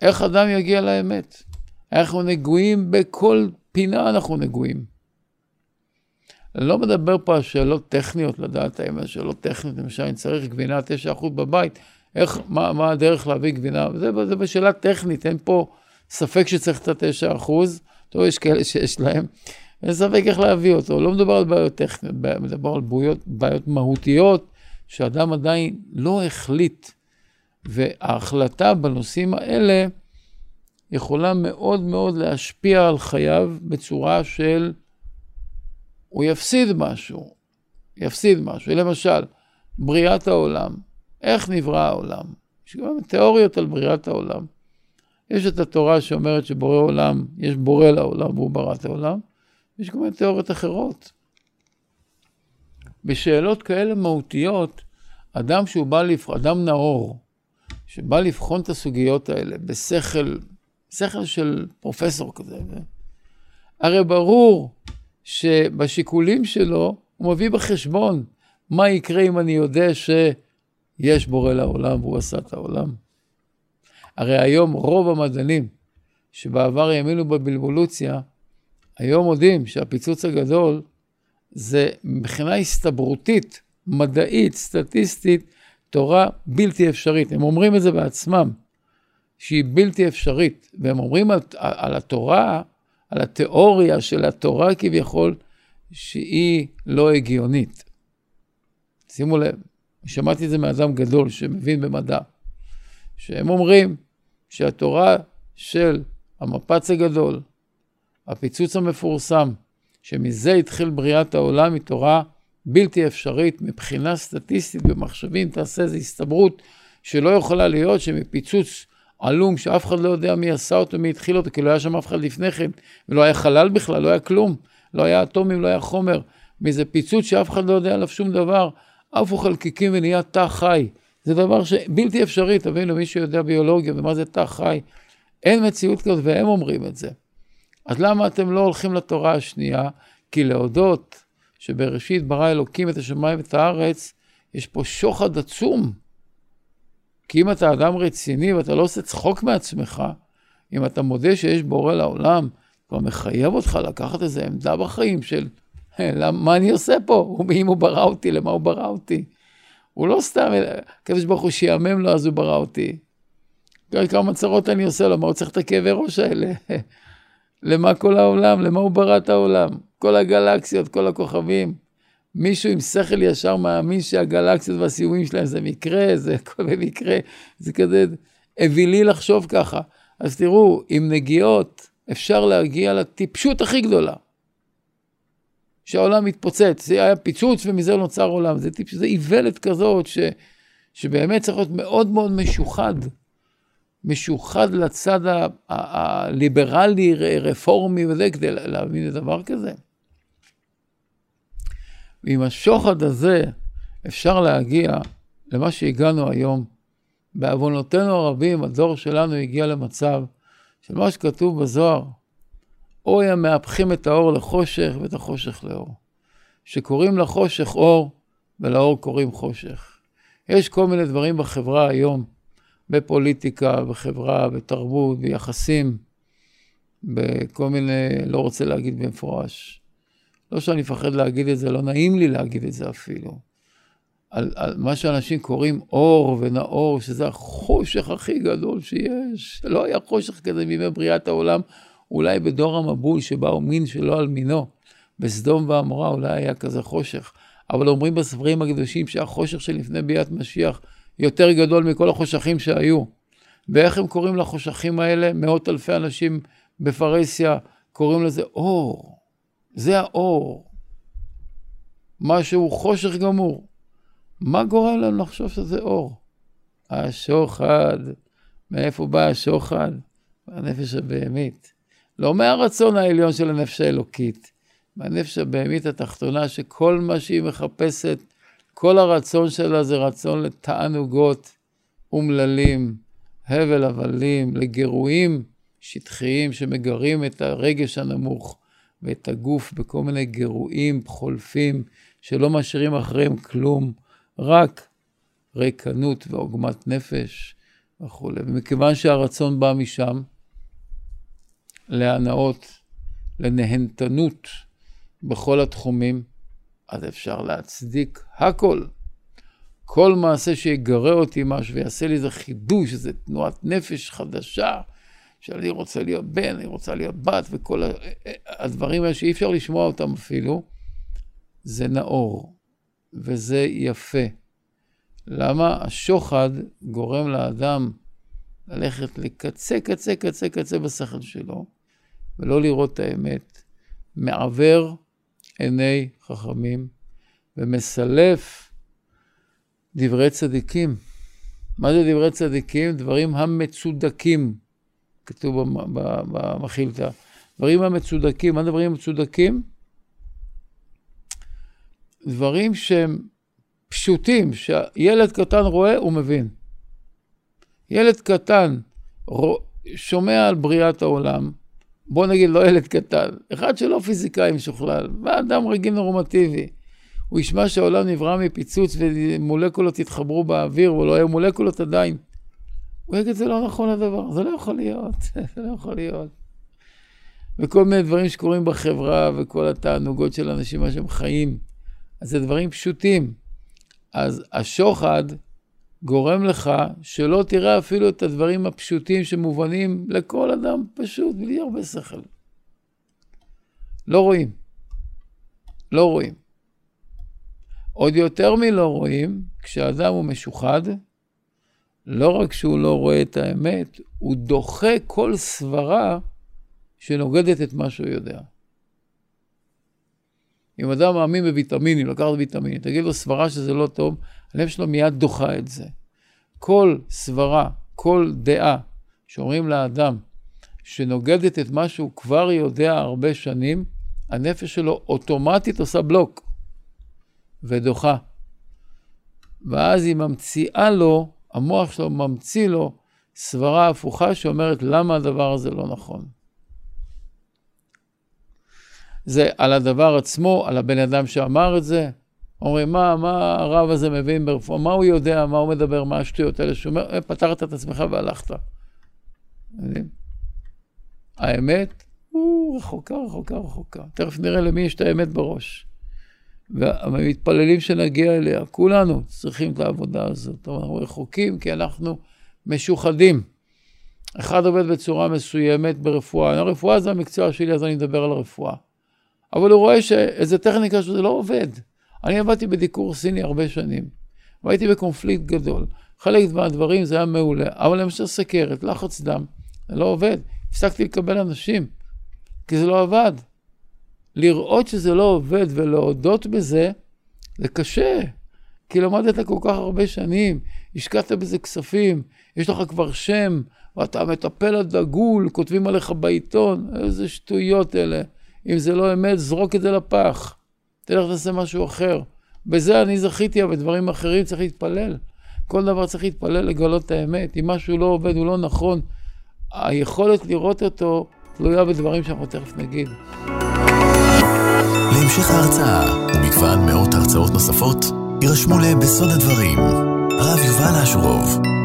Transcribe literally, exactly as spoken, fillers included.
איך אדם יגיע לאמת? אנחנו נגועים בכל פינה, אנחנו נגועים. אני לא מדבר פה על שאלות טכניות, לדעת האמת, שאלות טכניות, למשל, אני צריך גבינה תשע אחוז בבית, איך, מה, מה הדרך להביא גבינה? זה, זה בשאלה טכנית, אין פה ספק שצריך את התשע אחוז, טוב, יש כאלה שיש להם, אין ספק איך להביא אותו, לא מדבר על בעיות טכניות, מדבר על בעיות, בעיות מהותיות, שאדם עדיין לא החליט, וההחלטה בנושאים האלה, יכולה מאוד מאוד להשפיע על חייו, בצורה של, הוא יפסיד משהו, יפסיד משהו, למשל, בריאת העולם, איך נברא העולם? יש גם תיאוריות על בריאת העולם. יש את התורה שאומרת שבורא עולם, יש בורא לעולם והוא ברא את העולם. יש גם תיאוריות אחרות. בשאלות כאלה מהותיות, אדם שהוא בא לבחון, אדם נאור, שבא לבחון את הסוגיות האלה, בשכל, שכל של פרופסור כזה, הרי ברור שבשיקולים שלו, הוא מביא בחשבון מה יקרה אם אני יודע ש... יש בורא לעולם והוא עשה את העולם. הרי היום רוב המדענים שבעבר האמינו בבלבולוציה, היום יודעים שהפיצוץ הגדול זה מבחינה הסתברותית, מדעית, סטטיסטית, תורה בלתי אפשרית. הם אומרים את זה בעצמם, שהיא בלתי אפשרית. והם אומרים על, על התורה, על התיאוריה של התורה כביכול, שהיא לא הגיונית. שימו לב. שמעתי את זה מאדם גדול שמבין במדע, שהם אומרים שהתורה של המפץ הגדול, הפיצוץ המפורסם, שמזה התחיל בריאת העולם, היא תורה בלתי אפשרית, מבחינה סטטיסטית במחשבים, תעשה איזו הסתברות שלא יכולה להיות שמפיצוץ עלום, שאף אחד לא יודע מי עשה אותו, מי התחיל אותו, כי לא היה שם אף אחד לפני כן, ולא היה חלל בכלל, לא היה כלום, לא היה אטומים, לא היה חומר, מאיזה פיצוץ שאף אחד לא יודע עליו שום דבר, עפו חלקיקים ונהיה תא חי. זה דבר שבלתי אפשרי, תבינו, מי שיודע ביולוגיה ומה זה תא חי, אין מציאות כזאת, והם אומרים את זה. אז למה אתם לא הולכים לתורה השנייה? כי להודות שבראשית ברא אלוקים את השמיים ואת הארץ, יש פה שוחד עצום. כי אם אתה אדם רציני ואתה לא עושה צחוק מעצמך, אם אתה מודה שיש בורא לעולם, כבר מחייב אותך לקחת איזו עמדה בחיים של מה אני עושה פה? אם הוא ברא אותי, למה הוא ברא אותי? הוא לא סתם, הקדוש ברוך הוא שיאמם לו, אז הוא ברא אותי. כמה צרות אני עושה לו, מה הוא צריך את הכאבי ראש האלה? למה כל העולם? למה הוא ברא את העולם? כל הגלקסיות, כל הכוכבים. מישהו עם שכל ישר מאמין שהגלקסיות והסיומים שלהם זה מקרה, זה כל במקרה, זה כזה אווילי לחשוב ככה. אז תראו, עם נגיעות אפשר להגיע לטיפשות הכי גדולה. שהעולם מתפוצץ, זה היה פיצוץ ומזה נוצר עולם, זה טיפ, זה איוולת כזאת ש, שבאמת צריך להיות מאוד מאוד משוחד, משוחד לצד הליברלי, רפורמי וזה, כדי להבין את דבר כזה. ועם השוחד הזה אפשר להגיע למה שהגענו היום. בעוונותינו הרבים, הדור שלנו הגיע למצב של מה שכתוב בזוהר, אוי המהפכים את האור לחושך ואת החושך לאור. שקוראים לחושך אור ולאור קוראים חושך. יש כל מיני דברים בחברה היום, בפוליטיקה, בחברה, בתרבות, ביחסים, בכל מיני, לא רוצה להגיד במפורש. לא שאני מפחד להגיד את זה, לא נעים לי להגיד את זה אפילו. על, על מה שאנשים קוראים אור ונאור, שזה החושך הכי גדול שיש. לא היה חושך כזה מימי בריאת העולם, אולי בדור המבול שבאו מין שלא על מינו, בסדום ועמורה אולי היה כזה חושך. אבל אומרים בספרים הקדושים שהחושך שלפני ביאת משיח יותר גדול מכל החושכים שהיו. ואיך הם קוראים לחושכים האלה? מאות אלפי אנשים בפרסיה קוראים לזה אור. זה האור. משהו חושך גמור. מה גורם לנו לחשוב שזה אור? השוחד. מאיפה בא השוחד? הנפש הבהמית. לא מהרצון העליון של הנפש האלוקית. מהנפש הבהמית התחתונה שכל מה שהיא מחפשת, כל הרצון שלה זה רצון לתענוגות אומללים, הבל הבלים, לגירויים שטחיים שמגרים את הרגש הנמוך ואת הגוף בכל מיני גירויים חולפים שלא משאירים אחריהם כלום, רק ריקנות ועוגמת נפש וכו'. ומכיוון שהרצון בא משם, להנאות, לנהנתנות בכל התחומים, אז אפשר להצדיק הכל. כל מעשה שיגרה אותי משהו ויעשה לי איזה חידוש, איזה תנועת נפש חדשה, שאני רוצה להיות בן, אני רוצה להיות בת, וכל הדברים האלה שאי אפשר לשמוע אותם אפילו, זה נאור, וזה יפה. למה? השוחד גורם לאדם ללכת לקצה, קצה, קצה, קצה בשכל שלו, ולא לראות את האמת, מעבר עיני חכמים, ומסלף דברי צדיקים. מה זה דברי צדיקים? דברים המצודקים, כתוב במחילתא. דברים המצודקים, מה דברים המצודקים? דברים שהם פשוטים, שילד קטן רואה, הוא מבין. ילד קטן שומע על בריאת העולם, בוא נגיד לא ילד קטן, אחד שלא פיזיקאי משוכלל, ואדם רגיל נורמטיבי, הוא ישמע שהעולם נברא מפיצוץ ומולקולות התחברו באוויר, ולא היו מולקולות עדיין. הוא יגיד, זה לא נכון הדבר, זה לא יכול להיות, זה לא יכול להיות. וכל מיני דברים שקורים בחברה, וכל התענוגות של אנשים, מה שהם חיים, אז זה דברים פשוטים. אז השוחד גורם לך שלא תראה אפילו את הדברים הפשוטים שמובנים לכל אדם פשוט, בלי הרבה שכל. לא רואים. לא רואים. עוד יותר מלא רואים, כשאדם הוא משוחד, לא רק שהוא לא רואה את האמת, הוא דוחה כל סברה שנוגדת את מה שהוא יודע. אם אדם מאמין בוויטמינים, לקחת ויטמינים, תגיד לו סברה שזה לא טוב, הלב שלו מיד דוחה את זה. כל סברה, כל דעה שאומרים לאדם שנוגדת את מה שהוא כבר יודע הרבה שנים, הנפש שלו אוטומטית עושה בלוק ודוחה. ואז היא ממציאה לו, המוח שלו ממציא לו סברה הפוכה שאומרת למה הדבר הזה לא נכון. זה על הדבר עצמו, על הבן אדם שאמר את זה. אומרים, מה, מה הרב הזה מבין ברפואה? מה הוא יודע, מה הוא מדבר, מה השטויות האלה? שהוא אומר, פתרת את עצמך והלכת. האמת, הוא רחוקה, רחוקה, רחוקה. תכף נראה למי יש את האמת בראש. והמתפללים שנגיע אליה, כולנו צריכים את העבודה הזאת. אנחנו רחוקים כי אנחנו משוחדים. אחד עובד בצורה מסוימת ברפואה. הרפואה זה המקצוע שלי, אז אני מדבר על הרפואה. אבל הוא רואה שאיזו טכניקה שזה לא עובד. אני עבדתי בדיקור סיני הרבה שנים, והייתי בקונפליקט גדול. חלק מהדברים זה היה מעולה, אבל למשל סכרת, לחץ דם, זה לא עובד. הפסקתי לקבל אנשים, כי זה לא עבד. לראות שזה לא עובד ולהודות בזה, זה קשה. כי למדת כל כך הרבה שנים, השקעת בזה כספים, יש לך כבר שם, ואתה מטפל הדגול, כותבים עליך בעיתון, איזה שטויות אלה. אם זה לא אמת, זרוק את זה לפח. תלך תעשה משהו אחר. בזה אני זכיתי, אבל דברים אחרים צריך להתפלל. כל דבר צריך להתפלל לגלות את האמת. אם משהו לא עובד, הוא לא נכון. היכולת לראות אותו תלויה בדברים שאנחנו תכף נגיד. להמשך ההרצאה ומגוון מאות הרצאות נוספות, יירשמו לבסוד הדברים. הרב יובל אשרוב.